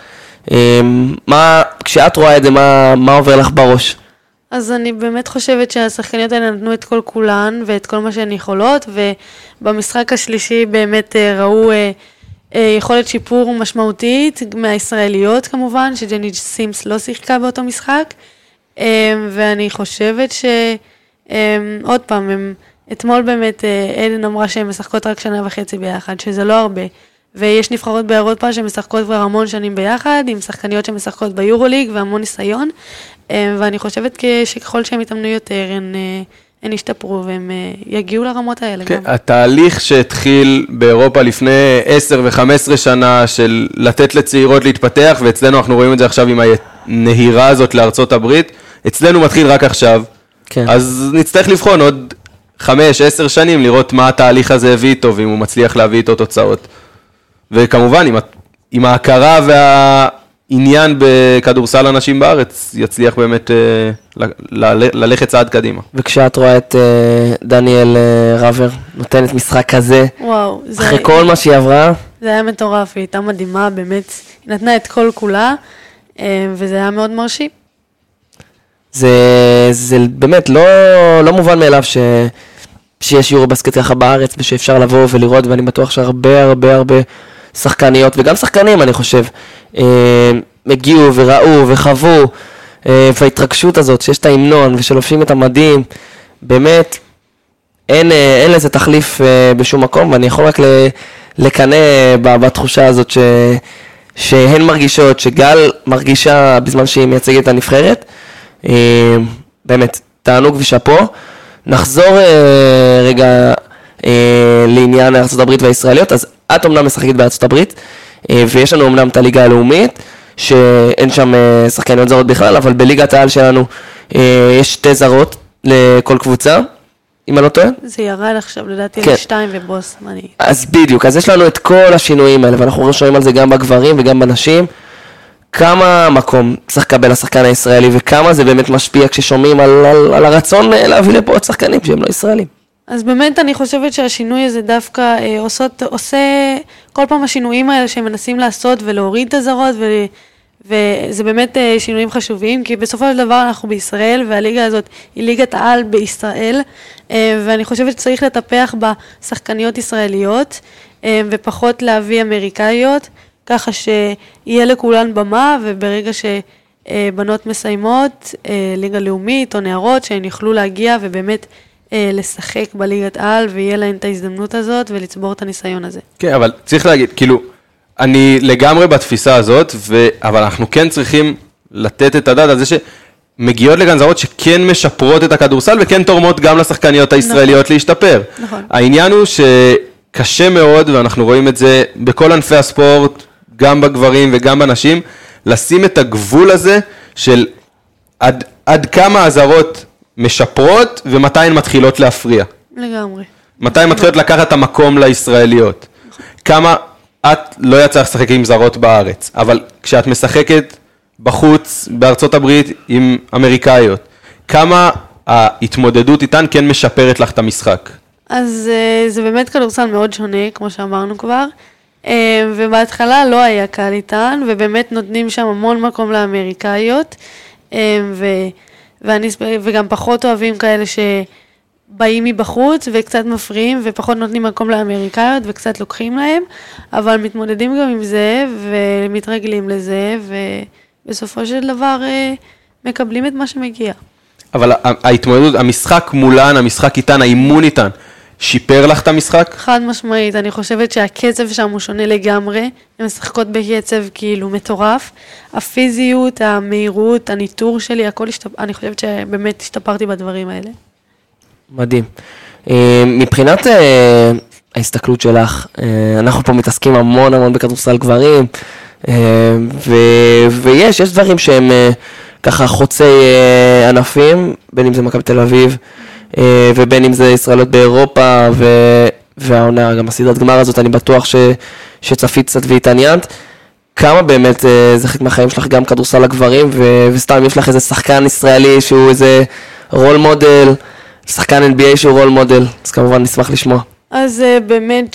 מה, כשאת רואה את זה, מה, מה עובר לך בראש? אז אני באמת חושבת שהשחקניות האלה נתנו את כל כולן, ואת כל מה שהן יכולות, ובמשחק השלישי באמת ראו יכולת שיפור משמעותית, מהישראליות כמובן, שג'ני סימס לא שיחקה באותו משחק, ואני חושבת שעוד פעם, אתמול באמת עדן אמרה שהן משחקות רק שנה וחצי ביחד, שזה לא הרבה, ויש נבחרות באירופה שמשחקות כבר המון שנים ביחד, עם שחקניות שמשחקות ביורוליג והמון ניסיון, ואני חושבת שככל שהם יתאמנו יותר, הן, הן ישתפרו והם יגיעו לרמות האלה. כן, גם. התהליך שהתחיל באירופה לפני עשר וחמש עשרה שנה של לתת לצעירות להתפתח, ואצלנו אנחנו רואים את זה עכשיו עם הנהירה הזאת לארצות הברית, אצלנו מתחיל רק עכשיו, כן. אז נצטרך לבחון עוד חמש, עשר שנים, לראות מה התהליך הזה הביא איתו, ואם הוא מצליח להביא איתו תוצאות. וכמובן, עם, עם ההכרה והעניין בכדורסל אנשים בארץ, יצליח באמת ל, ל, ללכת צעד קדימה. וכשאת רואה את uh, דניאל uh, רבר, נותנת משחק כזה, וואו, זה... אחרי כל מה שהיא עברה, זה היה מטורף, היא הייתה מדהימה, באמת, היא נתנה את כל כולה, וזה היה מאוד מרשים. זה, זה באמת לא, לא מובן מאליו ש, שיש יורובסקט ככה בארץ, ושאפשר לבוא ולראות, ואני בטוח שהרבה הרבה הרבה שחקניות, וגם שחקנים אני חושב, הגיעו וראו וחוו, וההתרגשות הזאת שיש את ההמנון, ושלובשים את המדים, באמת, אין, אין לזה תחליף בשום מקום, ואני יכול רק לקנא בתחושה הזאת ש... שהן מרגישות, שגל מרגישה בזמן שהיא מייצגת את הנבחרת, באמת, תענוג ושאפו. נחזור רגע לעניין ארצות הברית והישראליות, אז את אומנם משחקת בארצות הברית, ויש לנו אומנם את הליגה הלאומית, שאין שם שחקניות זרות בכלל, אבל בליגת העל שלנו יש שתי זרות לכל קבוצה, אם אני לא טועה? זה ירד עכשיו, לדעתי, כן. לשתיים ובוס. אני... אז בדיוק, אז יש לנו את כל השינויים האלה, ואנחנו רואים על זה גם בגברים וגם בנשים. כמה מקום צריך לקבל לשחקן הישראלי, וכמה זה באמת משפיע כששומעים על, על, על הרצון להביא לפה עוד שחקנים שהם לא ישראלים. אז באמת אני חושבת שהשינוי הזה דווקא אה, עושות, עושה כל פעם השינויים האלה שהם מנסים לעשות ולהוריד את הזרות, ו, וזה באמת אה, שינויים חשובים, כי בסופו של דבר אנחנו בישראל, והליגה הזאת היא ליגת העל בישראל, אה, ואני חושבת שצריך לטפח בשחקניות ישראליות, אה, ופחות להביא אמריקאיות, ככה שיהיה לכולן במה, וברגע שבנות מסיימות, ליגה לאומית או נערות, שהן יוכלו להגיע ובאמת לשחק בליגת על, ויהיה להן את ההזדמנות הזאת, ולצבור את הניסיון הזה. כן, אבל צריך להגיד, כאילו, אני לגמרי בתפיסה הזאת, ו... אבל אנחנו כן צריכים לתת את הדעת על זה שמגיעות לכאן זרות שכן משפרות את הכדורסל, וכן תורמות גם לשחקניות הישראליות נכון. להשתפר. נכון. העניין הוא שקשה מאוד, ואנחנו רואים את זה בכל ענפי הספורט, גם בגברים וגם בנשים, לשים את הגבול הזה של עד, עד כמה הזרות משפרות ומתי הן מתחילות להפריע. לגמרי. מתי הן מתחילות לקחת את המקום לישראליות. כמה את לא יצא לשחק עם זרות בארץ, אבל כשאת משחקת בחוץ, בארצות הברית עם אמריקאיות, כמה ההתמודדות איתן כן משפרת לך את המשחק? אז זה באמת כדורסל מאוד שונה, כמו שאמרנו כבר. ובהתחלה לא היה קל איתן, ובאמת נותנים שם המון מקום לאמריקאיות, ו, ואני, וגם פחות אוהבים כאלה שבאים מבחוץ וקצת מפריעים, ופחות נותנים מקום לאמריקאיות וקצת לוקחים להם, אבל מתמודדים גם עם זה ומתרגלים לזה, ובסופו של דבר מקבלים את מה שמגיע. אבל ההתמודדות, המשחק מולן, המשחק איתן, האימון איתן, שיפר לך את המשחק? חד משמעית, אני חושבת שהקצב שם הוא שונה לגמרי, הן משחקות בקצב כאילו מטורף, הפיזיות, המהירות, הניטור שלי, הכל השתפ... אני חושבת שבאמת השתפרתי בדברים האלה. מדהים. מבחינת ההסתכלות שלך, אנחנו פה מתעסקים המון המון בכדורסל גברים, ויש, יש דברים שהם ככה חוצי ענפים, בין אם זה מכבי תל אביב, ובין אם זה ישראלות באירופה, והעונה, גם הסדרת גמר הזאת, אני בטוח ש, שצפית קצת והתעניינת. כמה באמת זה חלק מהחיים שלך, גם כדורסל הגברים, ו, וסתם יש לך איזה שחקן ישראלי שהוא איזה רול מודל, שחקן אן בי איי שהוא רול מודל, אז כמובן נשמח לשמוע. אז באמת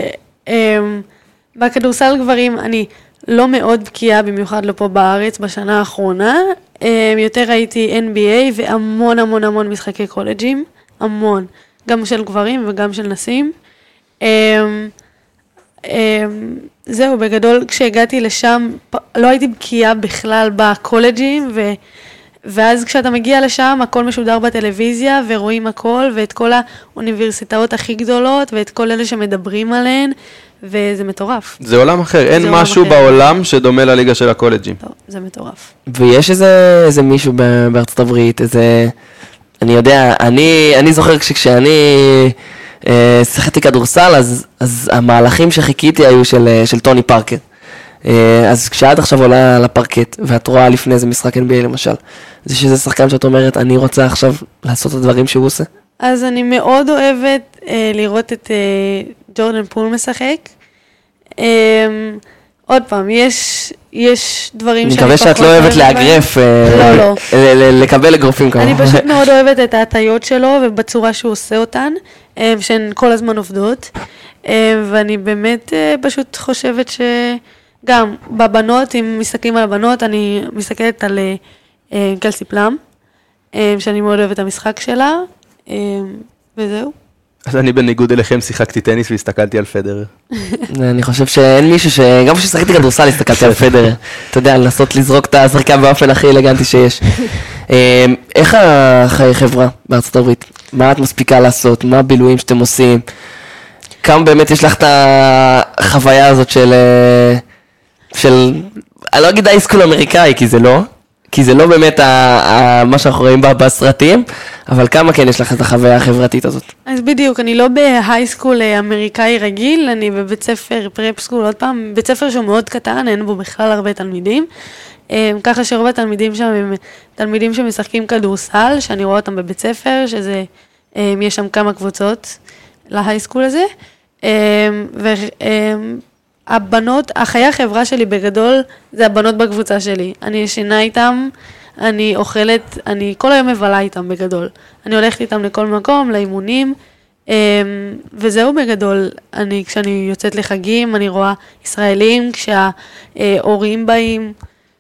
שבכדורסל גברים אני לא מאוד בקיאה, במיוחד לא פה בארץ בשנה האחרונה, יותר ראיתי אן בי איי והמון המון המון משחקי קולג'ים, המון, גם של גברים וגם של נשים. זהו, בגדול, כשהגעתי לשם, לא הייתי בקיאה בכלל בקולג'ים, ו... ואז כשאתה מגיע לשם, הכל משודר בטלוויזיה, ורואים הכל, ואת כל האוניברסיטאות הכי גדולות, ואת כל אלה שמדברים עליהן, וזה מטורף. זה עולם אחר, אין עולם משהו אחר. בעולם שדומה לליגה של הקולג'ים. לא, זה מטורף. ויש איזה, איזה מישהו ב- בארצות הברית, איזה, אני יודע, אני, אני זוכר כשאני אה, שיחקתי כדורסל, אז, אז המהלכים שחיכיתי היו של, אה, של טוני פארקר. אה, אז כשאת עכשיו עולה לפרקט, ואת רואה לפני איזה משחק אן בי איי למשל, זה שזה שחקן שאת אומרת, אני רוצה עכשיו לעשות את הדברים שהוא עושה. אז אני מאוד אוהבת אה, לראות את אה, ג'ורדן פול משחק. אה, עוד פעם, יש, יש דברים אני שאני מקווה פחות שאת לא אוהבת בהם. לאגרף, אה, לא, לא. ל- ל- לקבל אגרופים כמובן. אני פשוט מאוד אוהבת את ההטיות שלו ובצורה שהוא עושה אותן, אה, שהן כל הזמן עובדות. אה, ואני באמת אה, פשוט חושבת שגם בבנות, אם מסתכלים על הבנות, אני מסתכלת על אה, אה, קלסי פלאם, אה, שאני מאוד אוהבת את המשחק שלה, אה, וזהו. אז אני בניגוד אליכם שיחקתי טניס והסתכלתי על פדרר. אני חושב שאין מישהו ש... גם כששחקתי כדורסל הסתכלתי על פדרר. אתה יודע, לנסות לזרוק את הזריקה באופן הכי אלגנטי שיש. איך החיי חברה בארצות הברית? מה את מספיקה לעשות? מה הבילויים שאתם עושים? כמה באמת יש לך את החוויה הזאת של... של... אני לא אגיד האיסקול אמריקאי, כי זה לא. כי זה לא באמת ה, ה, מה שאנחנו רואים בה בסרטים, אבל כמה כן יש לך את החוויה החברתית הזאת? אז בדיוק, אני לא בהייסקול אמריקאי רגיל, אני בבית ספר פרפ סקול, עוד פעם, בית ספר שהוא מאוד קטן, אין בו בכלל הרבה תלמידים, ככה שרוב התלמידים שם הם תלמידים שמשחקים כדורסל, שאני רואה אותם בבית ספר, שזה, יש שם כמה קבוצות להייסקול הזה, והבנות, החיי החברה שלי בגדול, זה הבנות בקבוצה שלי, אני ישנה איתם, אני אוכלת, אני כל היום מבלה איתם בגדול. אני הולכת איתם לכל מקום, לאימונים, וזהו בגדול. אני, כשאני יוצאת לחגים, אני רואה ישראלים, כשההורים באים,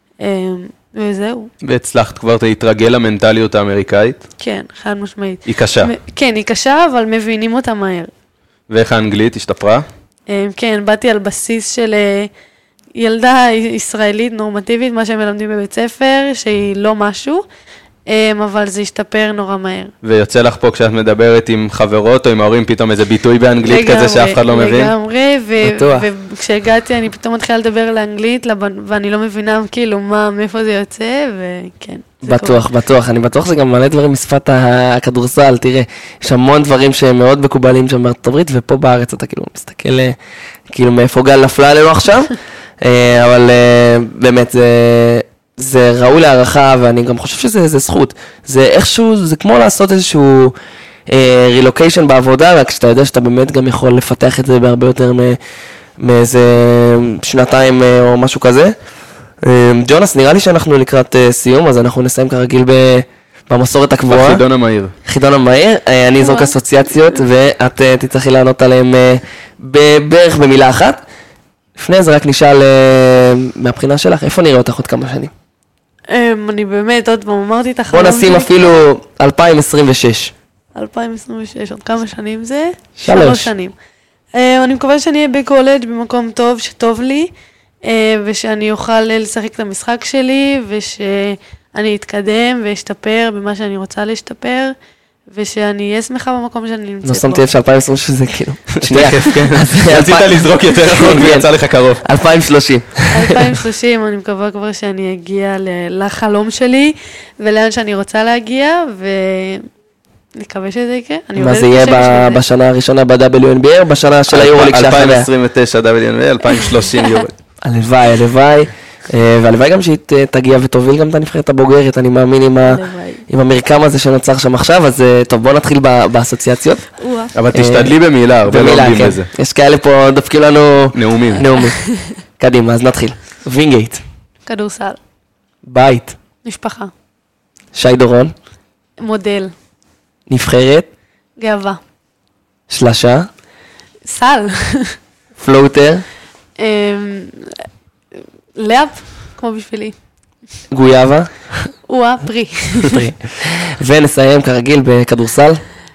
וזהו. והצלחת כבר להתרגל למנטליות האמריקאית? כן, חד משמעית. היא קשה. כן, היא קשה, אבל מבינים אותה מהר. ואיך האנגלית השתפרה? כן, באתי על בסיס של ילדה ישראלית נורמטיבית, מה שהם מלמדים בבית ספר, שהיא לא משהו, אבל זה השתפר נורא מהר. ויוצא לך פה כשאת מדברת עם חברות או עם ההורים פתאום איזה ביטוי באנגלית כזה שאף אחד לא מבין? לגמרי, וכשהגעתי אני פתאום מתחילה לדבר לאנגלית, ואני לא מבינה כאילו מה, מאיפה זה יוצא, וכן. בטוח, בטוח, אני בטוח שזה גם מלא דברים משפת הכדורסל, תראה, יש המון דברים שהם מאוד מקובלים שם בארצות הברית, ופה בארץ אתה כאילו מסתכל, כאילו מאיפה גל נפלה עלינו עכשיו, אבל באמת זה... זה ראוי להערכה, ואני גם חושב שזה זה זכות. זה איכשהו, זה כמו לעשות איזשהו רילוקיישן בעבודה, רק שאתה יודע שאתה באמת גם יכול לפתח את זה בהרבה יותר מאיזה שנתיים או משהו כזה. ג'ונס, נראה לי שאנחנו לקראת סיום, אז אנחנו נסיים כרגיל במסורת הקבועה. בחידון המהיר. חידון המהיר, אני אזרוק אסוציאציות, ואת תצטרכי לענות עליהן בערך במילה אחת. לפני זה רק נשאל מהבחינה שלך, איפה נראה אותך עוד כמה שנים? אני באמת, עוד פעם, אמרתי את החלום. בוא נשים אפילו אלפיים עשרים ושש. אלפיים עשרים ושש, עוד כמה שנים זה? שלוש. שלוש שנים. אני מקווה שאני אהיה בקולג' במקום טוב, שטוב לי, ושאני אוכל לשחק את המשחק שלי, ושאני אתקדם ואשתפר במה שאני רוצה להשתפר, ושאני אהיה שמחה במקום שאני נמצאת בו. לא שמתי לב ש-אלפיים עשרים ושש זה כאילו... שנייה. רצית לזרוק יותר רחוק ויצא לך קרוב. אלפיים ושלושים. אלפיים ושלושים, אני מקווה כבר שאני אגיע לחלום שלי, ולאן שאני רוצה להגיע, ונקווה שזה יקרה. מה זה יהיה בשנה הראשונה ב-דאבליו אן בי איי, או בשנה של היורוליג שאחריה? אלפיים עשרים ותשע דאבליו אן בי איי, אלפיים ושלושים יורוליג. הלוואי, הלוואי. והלוואי גם שהיא תגיע ותוביל גם את הנבחרת הבוגרת, אני מאמין עם המרקם הזה שנוצר שם עכשיו, אז טוב, בוא נתחיל באסוציאציות. אבל תשתדלי במילה, הרבה לא עומדים בזה. יש כאלה פה דופקים לנו... נאומים. נאומים. קדימה, אז נתחיל. וינגייט. כדורסל. בית. משפחה. שי דורון. מודל. נבחרת. גאווה. שלשה. סל. פלוטר. לאפ, כמו בשבילי. גויאבה. וואה, פרי. פרי. ונסיים כרגיל בכדורסל.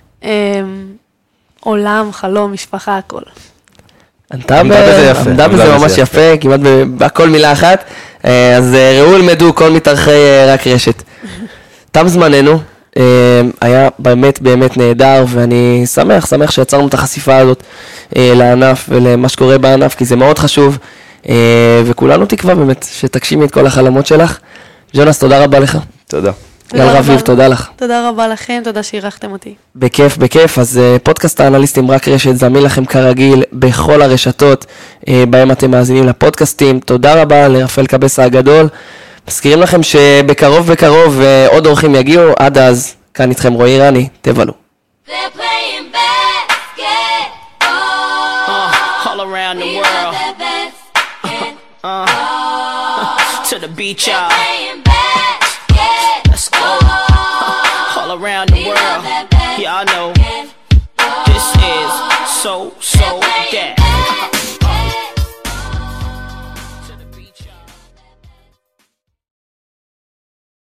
עולם, חלום, משפחה, הכל. עמדה בזה ממש יפה, כמעט בכל מילה אחת. אז ראו, למדו כל מתארחי רק רשת. תם זמננו, היה באמת באמת נהדר, ואני שמח, שמח שיצרנו את החשיפה הזאת לענף ולמה שקורה בענף, כי זה מאוד חשוב, וכולנו תקווה באמת שתגשימי את כל החלומות שלך. ג'ונס, תודה רבה לך. תודה. גל רביב, תודה לך. תודה רבה לכם, תודה שאירחתם אותי. בכיף, בכיף. אז פודקאסט האנליסטים רק רשת, זמין לכם כרגיל בכל הרשתות בהם אתם מאזינים לפודקאסטים. תודה רבה לרפאל קבסה הגדול. מזכירים לכם שבקרוב בקרוב עוד אורחים יגיעו. עד אז, כאן איתכם רועי רני, תבלו. They're playing basketball. Uh, all around the world. Uh, uh, to the beach, y'all. Let's go. Uh, all around the world. Y'all know this is so, so that.